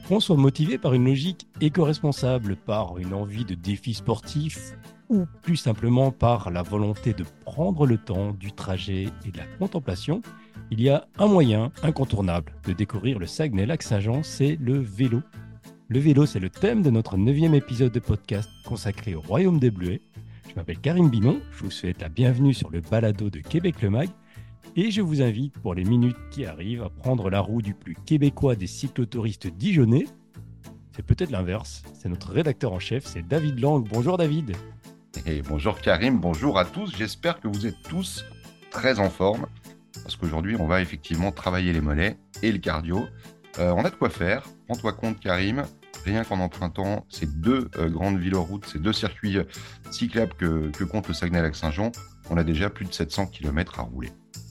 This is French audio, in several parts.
Qu'on soit motivé par une logique éco-responsable, par une envie de défi sportif ou plus simplement par la volonté de prendre le temps du trajet et de la contemplation, il y a un moyen incontournable de découvrir le Saguenay-Lac-Saint-Jean, c'est le vélo. Le vélo, c'est le thème de notre 9e épisode de podcast consacré au Royaume des Bleuets. Je m'appelle Karim Binon, je vous souhaite la bienvenue sur le balado de Québec Le Mag et je vous invite pour les minutes qui arrivent à prendre la roue du plus québécois des cyclotouristes dijonnais. C'est peut-être l'inverse, c'est notre rédacteur en chef, c'est David Lang. Bonjour David. Et bonjour Karim, bonjour à tous. J'espère que vous êtes tous très en forme parce qu'aujourd'hui, on va effectivement travailler les mollets et le cardio. On a de quoi faire. Rends-toi compte, Karim, rien qu'en empruntant ces deux grandes véloroutes, ces deux circuits cyclables que compte le Saguenay-Lac-Saint-Jean, on a déjà plus de 700 km à rouler.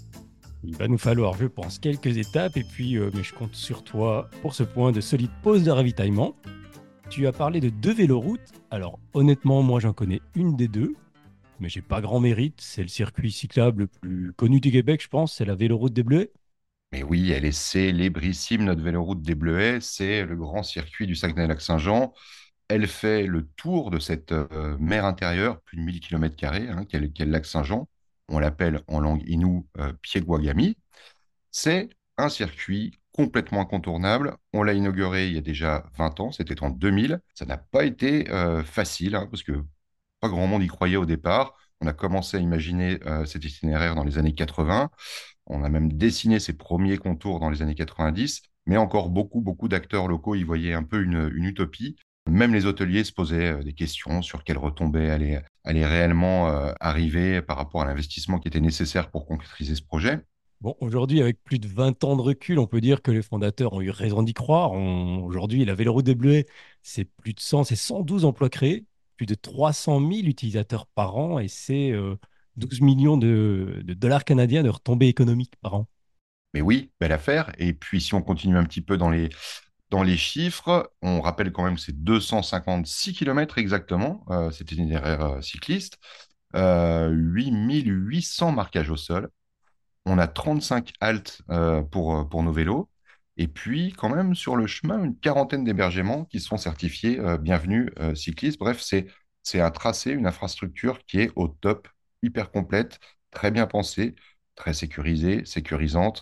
Il va nous falloir, je pense, quelques étapes et puis, mais je compte sur toi pour ce point de solide pause de ravitaillement. Tu as parlé de deux véloroutes. Alors honnêtement, moi j'en connais une des deux, mais j'ai pas grand mérite. C'est le circuit cyclable le plus connu du Québec, je pense. C'est la véloroute des Bleuets. Mais oui, elle est célébrissime, notre véloroute des Bleuets. C'est le grand circuit du Saguenay-Lac-Saint-Jean. Elle fait le tour de cette mer intérieure, plus de 1000 km², qu'est le lac Saint-Jean. On l'appelle en langue inoue Piegwagami. C'est un circuit complètement incontournable. On l'a inauguré il y a déjà 20 ans, c'était en 2000. Ça n'a pas été facile, parce que pas grand monde y croyait au départ. On a commencé à imaginer cet itinéraire dans les années 80. On a même dessiné ses premiers contours dans les années 90, mais encore beaucoup d'acteurs locaux y voyaient un peu une utopie. Même les hôteliers se posaient des questions sur quelles retombées allaient réellement arriver par rapport à l'investissement qui était nécessaire pour concrétiser ce projet. Bon, aujourd'hui, avec plus de 20 ans de recul, on peut dire que les fondateurs ont eu raison d'y croire. Aujourd'hui, la véloroute des Bleuets, c'est plus de 100, c'est 112 emplois créés, plus de 300 000 utilisateurs par an et c'est 12 millions de dollars canadiens de retombées économiques par an. Mais oui, belle affaire. Et puis, si on continue un petit peu dans les chiffres, on rappelle quand même que c'est 256 km exactement, cet itinéraire cycliste, 8800 marquages au sol. On a 35 haltes pour nos vélos. Et puis, quand même, sur le chemin, une quarantaine d'hébergements qui sont certifiés bienvenue cycliste. Bref, c'est un tracé, une infrastructure qui est au top, hyper complète, très bien pensée, très sécurisée, sécurisante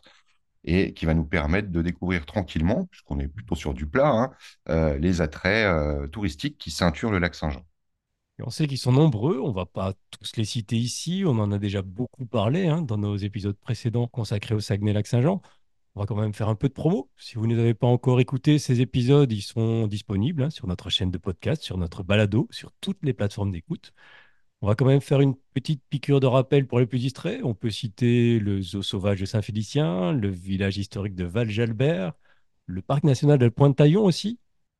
et qui va nous permettre de découvrir tranquillement, puisqu'on est plutôt sur du plat, les attraits touristiques qui ceinturent le lac Saint-Jean. Et on sait qu'ils sont nombreux, on va pas tous les citer ici, on en a déjà beaucoup parlé dans nos épisodes précédents consacrés au Saguenay-Lac-Saint-Jean. On va quand même faire un peu de promo. Si vous ne les avez pas encore écoutés, ces épisodes, ils sont disponibles sur notre chaîne de podcast, sur notre balado, sur toutes les plateformes d'écoute. On va quand même faire une petite piqûre de rappel pour les plus distraits. On peut citer le zoo sauvage de Saint-Félicien, le village historique de Val-Jalbert, le parc national de Pointe-Taillon aussi.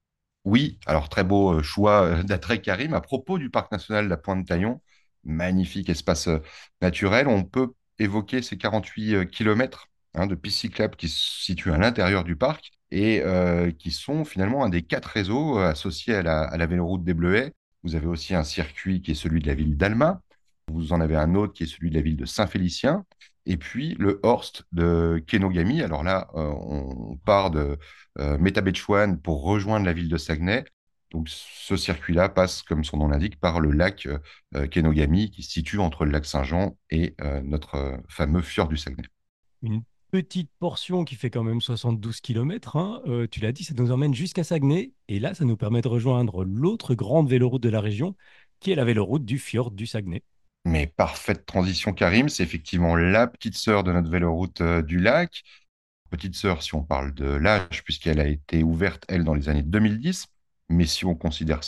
Oui, alors très beau choix d'attrait Karim. À propos du parc national de la Pointe-Taillon, magnifique espace naturel, on peut évoquer ces 48 km de pistes cyclables qui se situent à l'intérieur du parc et qui sont finalement un des 4 réseaux associés à la véloroute des Bleuets. Vous avez aussi un circuit qui est celui de la ville d'Alma. Vous en avez un autre qui est celui de la ville de Saint-Félicien. Et puis le Horst de Kenogami. Alors là, on part de Métabetchouan pour rejoindre la ville de Saguenay. Donc ce circuit-là passe, comme son nom l'indique, par le lac Kenogami qui se situe entre le lac Saint-Jean et notre fameux fjord du Saguenay. Une petite portion qui fait quand même 72 km. Tu l'as dit, ça nous emmène jusqu'à Saguenay. Et là, ça nous permet de rejoindre l'autre grande véloroute de la région, qui est la véloroute du fjord du Saguenay. Mais parfaite transition, Karim, c'est effectivement la petite sœur de notre véloroute du lac. Petite sœur, si on parle de l'âge, puisqu'elle a été ouverte, elle, dans les années 2010. Mais si on considère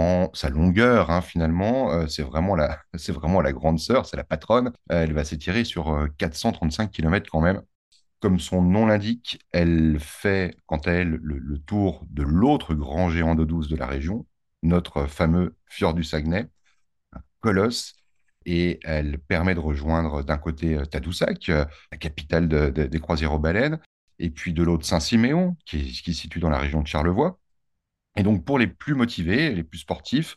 sa longueur, finalement, c'est vraiment la grande sœur, c'est la patronne. Elle va s'étirer sur 435 km quand même. Comme son nom l'indique, elle fait, quant à elle, le tour de l'autre grand géant d'eau douce de la région, notre fameux fjord du Saguenay, un colosse, et elle permet de rejoindre d'un côté Tadoussac, la capitale des croisières aux baleines, et puis de l'autre Saint-Siméon, qui se situe dans la région de Charlevoix. Et donc, pour les plus motivés, les plus sportifs,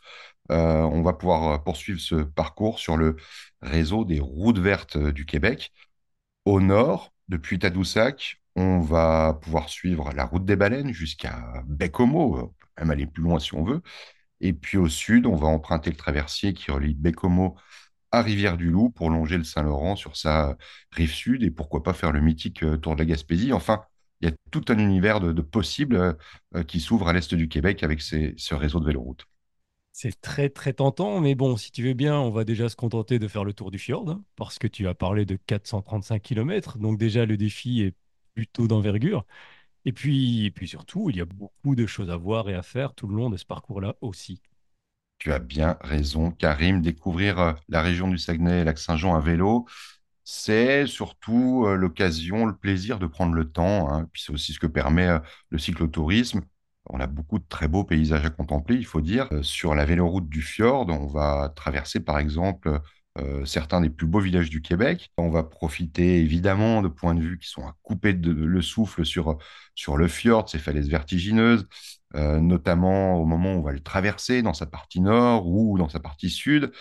on va pouvoir poursuivre ce parcours sur le réseau des routes vertes du Québec. Au nord, depuis Tadoussac, On va pouvoir suivre la route des baleines jusqu'à Baie-Comeau, on peut même aller plus loin si on veut. Et puis au sud, on va emprunter le traversier qui relie Baie-Comeau à Rivière-du-Loup pour longer le Saint-Laurent sur sa rive sud et pourquoi pas faire le mythique Tour de la Gaspésie. Enfin, il y a tout un univers de possibles qui s'ouvre à l'est du Québec avec ce réseau de véloroutes. C'est très très tentant, mais bon, si tu veux bien, on va déjà se contenter de faire le tour du fjord, hein, parce que tu as parlé de 435 kilomètres, donc déjà le défi est plutôt d'envergure. Et puis surtout, il y a beaucoup de choses à voir et à faire tout le long de ce parcours-là aussi. Tu as bien raison, Karim. Découvrir la région du Saguenay et Lac-Saint-Jean à vélo, c'est surtout l'occasion, le plaisir de prendre le temps, hein. Puis c'est aussi ce que permet le cyclotourisme. On a beaucoup de très beaux paysages à contempler, il faut dire. Sur la véloroute du fjord, on va traverser par exemple certains des plus beaux villages du Québec. On va profiter évidemment de points de vue qui sont à couper le souffle sur le fjord, ces falaises vertigineuses, notamment au moment où on va le traverser dans sa partie nord ou dans sa partie sud.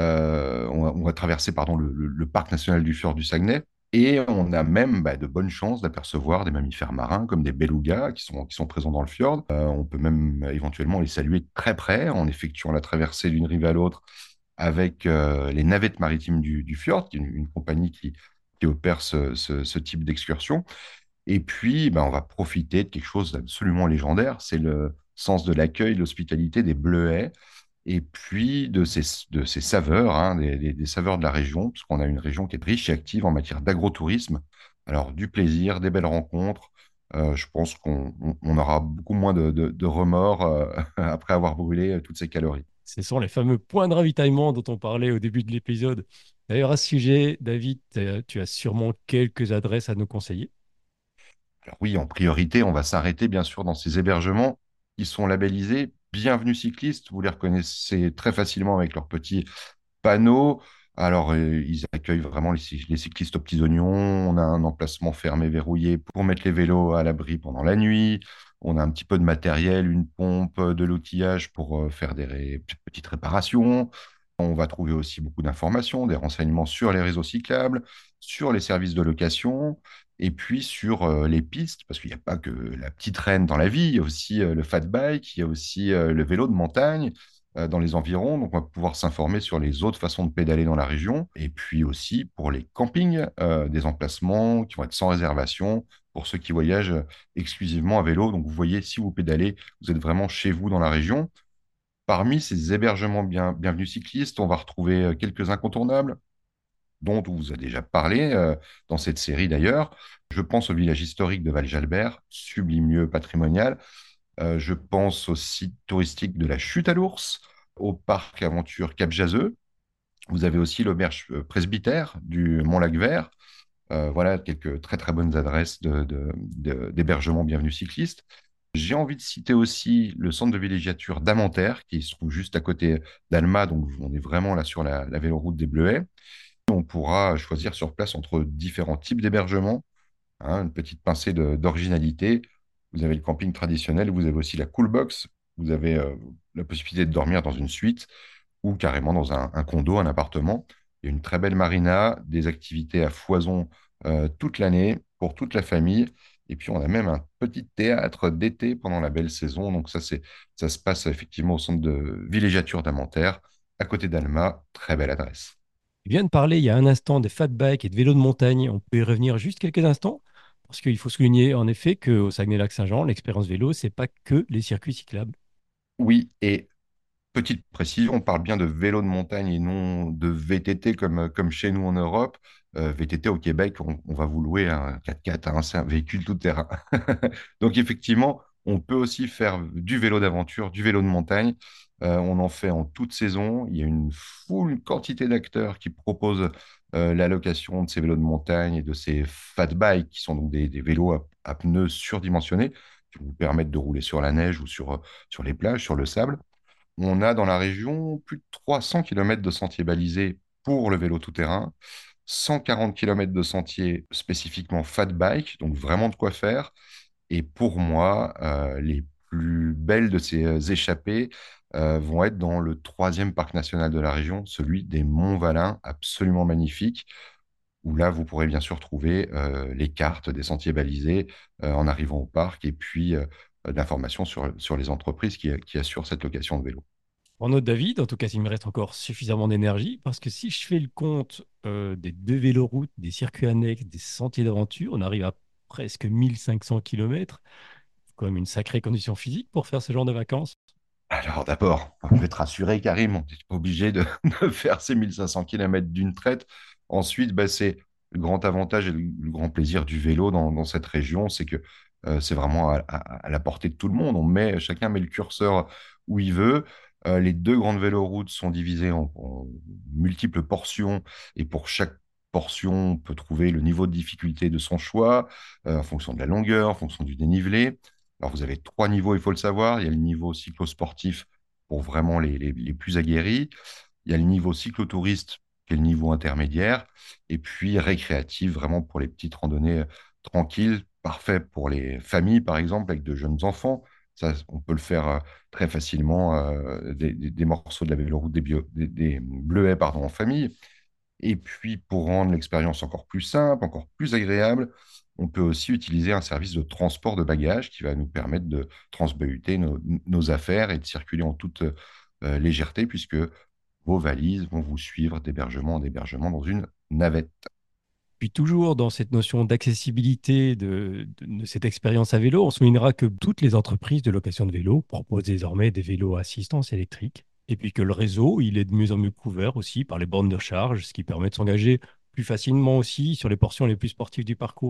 On va traverser pardon, le parc national du fjord du Saguenay. Et on a même de bonnes chances d'apercevoir des mammifères marins comme des belugas qui sont présents dans le fjord. On peut même éventuellement les saluer de très près en effectuant la traversée d'une rive à l'autre avec les navettes maritimes du fjord, qui est une compagnie qui opère ce type d'excursion. Et puis, on va profiter de quelque chose d'absolument légendaire, c'est le sens de l'accueil, l'hospitalité des Bleuets, et puis de ces saveurs, hein, des saveurs de la région, puisqu'on a une région qui est riche et active en matière d'agrotourisme. Alors, du plaisir, des belles rencontres. Je pense qu'on aura beaucoup moins de remords après avoir brûlé toutes ces calories. Ce sont les fameux points de ravitaillement dont on parlait au début de l'épisode. D'ailleurs, à ce sujet, David, tu as sûrement quelques adresses à nous conseiller. Alors oui, en priorité, on va s'arrêter bien sûr dans ces hébergements qui sont labellisés Bienvenue cycliste. Vous les reconnaissez très facilement avec leurs petits panneaux. Alors, ils accueillent vraiment les cyclistes aux petits oignons. On a un emplacement fermé, verrouillé pour mettre les vélos à l'abri pendant la nuit. On a un petit peu de matériel, une pompe, de l'outillage pour faire des petites réparations. On va trouver aussi beaucoup d'informations, des renseignements sur les réseaux cyclables, sur les services de location, et puis sur les pistes, parce qu'il n'y a pas que la petite reine dans la vie, il y a aussi le fat bike, il y a aussi le vélo de montagne dans les environs. Donc, on va pouvoir s'informer sur les autres façons de pédaler dans la région. Et puis aussi pour les campings, des emplacements qui vont être sans réservation pour ceux qui voyagent exclusivement à vélo. Donc, vous voyez, si vous pédalez, vous êtes vraiment chez vous dans la région. Parmi ces hébergements bienvenue cyclistes, on va retrouver quelques incontournables dont on vous a déjà parlé dans cette série d'ailleurs. Je pense au village historique de Val-Jalbert, sublime lieu patrimonial. Je pense au site touristique de la Chute à l'Ours, au parc aventure Cap Jazeux. Vous avez aussi l'auberge presbytère du Mont-Lac-Vert. Voilà quelques très très bonnes adresses d'hébergement bienvenue cycliste. J'ai envie de citer aussi le centre de villégiature d'Amentaire, qui se trouve juste à côté d'Alma, donc on est vraiment là sur la véloroute des Bleuets. On pourra choisir sur place entre différents types d'hébergements, hein, une petite pincée d'originalité. Vous avez le camping traditionnel, vous avez aussi la cool box, vous avez la possibilité de dormir dans une suite ou carrément dans un condo, un appartement. Il y a une très belle marina, des activités à foison toute l'année pour toute la famille. Et puis, on a même un petit théâtre d'été pendant la belle saison. Donc, ça se passe effectivement au centre de villégiature d'Amentaire, à côté d'Alma. Très belle adresse. Tu viens de parler il y a un instant des fat bikes et de vélos de montagne. On peut y revenir juste quelques instants, parce qu'il faut souligner en effet qu'au Saguenay-Lac-Saint-Jean, l'expérience vélo, c'est pas que les circuits cyclables. Oui, et petite précision, on parle bien de vélo de montagne et non de VTT comme chez nous en Europe. VTT au Québec, on va vous louer un 4x4, hein, c'est un véhicule tout-terrain. Donc effectivement, on peut aussi faire du vélo d'aventure, du vélo de montagne. On en fait en toute saison. Il y a une foule quantité d'acteurs qui proposent la location de ces vélos de montagne et de ces fat bikes, qui sont donc des vélos à pneus surdimensionnés, qui vous permettent de rouler sur la neige ou sur les plages, sur le sable. On a dans la région plus de 300 kilomètres de sentiers balisés pour le vélo tout-terrain, 140 kilomètres de sentiers spécifiquement fat bike, donc vraiment de quoi faire. Et pour moi, les plus belles de ces échappées vont être dans le troisième parc national de la région, celui des Monts-Valin, absolument magnifique, où là, vous pourrez bien sûr trouver les cartes des sentiers balisés en arrivant au parc et puis d'informations sur les entreprises qui assurent cette location de vélo. En note, David, en tout cas, il me reste encore suffisamment d'énergie, parce que si je fais le compte des deux véloroutes, des circuits annexes, des sentiers d'aventure, on arrive à presque 1500 km. Quand même une sacrée condition physique pour faire ce genre de vacances. Alors d'abord, je vais te rassurer, Karim, on n'est pas obligé de, de faire ces 1500 km d'une traite. Ensuite, bah, c'est le grand avantage et le grand plaisir du vélo dans cette région, c'est que c'est vraiment à la portée de tout le monde. Chacun met le curseur où il veut. Les deux grandes véloroutes sont divisées en multiples portions et pour chaque portion, on peut trouver le niveau de difficulté de son choix en fonction de la longueur, en fonction du dénivelé. Alors, vous avez trois niveaux, il faut le savoir. Il y a le niveau cyclosportif pour vraiment les plus aguerris. Il y a le niveau cyclotouriste, qui est le niveau intermédiaire. Et puis récréatif, vraiment pour les petites randonnées tranquilles, parfait pour les familles, par exemple, avec de jeunes enfants. Ça, on peut le faire très facilement, des morceaux de la véloroute, des bleuets, pardon, en famille. Et puis, pour rendre l'expérience encore plus simple, encore plus agréable, on peut aussi utiliser un service de transport de bagages qui va nous permettre de transbahuter nos affaires et de circuler en toute légèreté, puisque vos valises vont vous suivre d'hébergement en hébergement dans une navette. Puis toujours dans cette notion d'accessibilité de cette expérience à vélo, on soulignera que toutes les entreprises de location de vélo proposent désormais des vélos à assistance électrique. Et puis que le réseau, il est de mieux en mieux couvert aussi par les bornes de recharge, ce qui permet de s'engager plus facilement aussi sur les portions les plus sportives du parcours.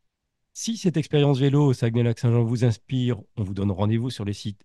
Si cette expérience vélo au Saguenay-Lac-Saint-Jean vous inspire, on vous donne rendez-vous sur les sites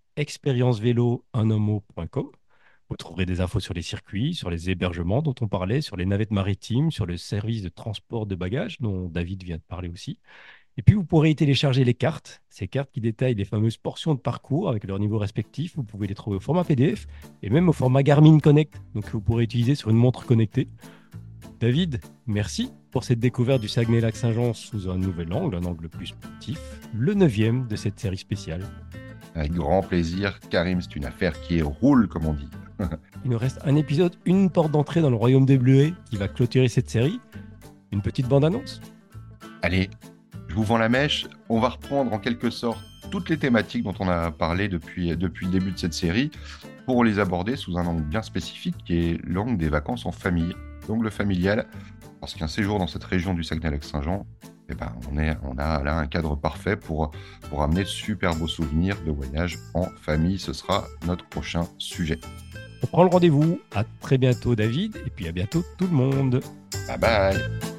expériencevélo.com. Vous trouverez des infos sur les circuits, sur les hébergements dont on parlait, sur les navettes maritimes, sur le service de transport de bagages dont David vient de parler aussi. Et puis, vous pourrez y télécharger les cartes, ces cartes qui détaillent les fameuses portions de parcours avec leur niveau respectif. Vous pouvez les trouver au format PDF et même au format Garmin Connect, donc que vous pourrez utiliser sur une montre connectée. David, merci pour cette découverte du Saguenay-Lac-Saint-Jean sous un nouvel angle, un angle plus sportif, le 9e de cette série spéciale. Avec grand plaisir, Karim, c'est une affaire qui roule, comme on dit. Il nous reste un épisode, une porte d'entrée dans le royaume des Bleuets qui va clôturer cette série. Une petite bande-annonce. Allez, je vous vends la mèche. On va reprendre en quelque sorte toutes les thématiques dont on a parlé depuis le début de cette série pour les aborder sous un angle bien spécifique qui est l'angle des vacances en famille, l'angle familial, parce qu'un séjour dans cette région du Saguenay-Lac-Saint-Jean, eh ben, on a là un cadre parfait pour amener de super beaux souvenirs de voyage en famille. Ce sera notre prochain sujet. On prend le rendez-vous. À très bientôt, David, et puis à bientôt tout le monde. Bye bye.